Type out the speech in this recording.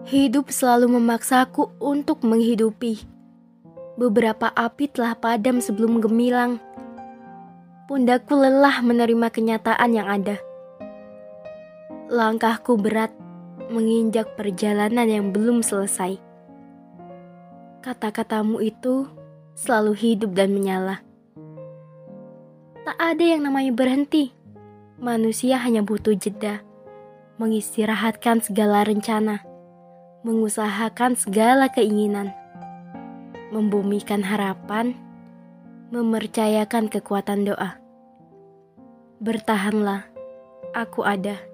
Hidup selalu memaksaku untuk menghidupi. Beberapa api telah padam sebelum gemilang. Pundakku lelah menerima kenyataan yang ada. Langkahku berat menginjak perjalanan yang belum selesai. Kata-katamu itu selalu hidup dan menyala. Tak ada yang namanya berhenti. Manusia hanya butuh jeda, mengistirahatkan segala rencana, mengusahakan segala keinginan, membumikan harapan, mempercayakan kekuatan doa. Bertahanlah, aku ada.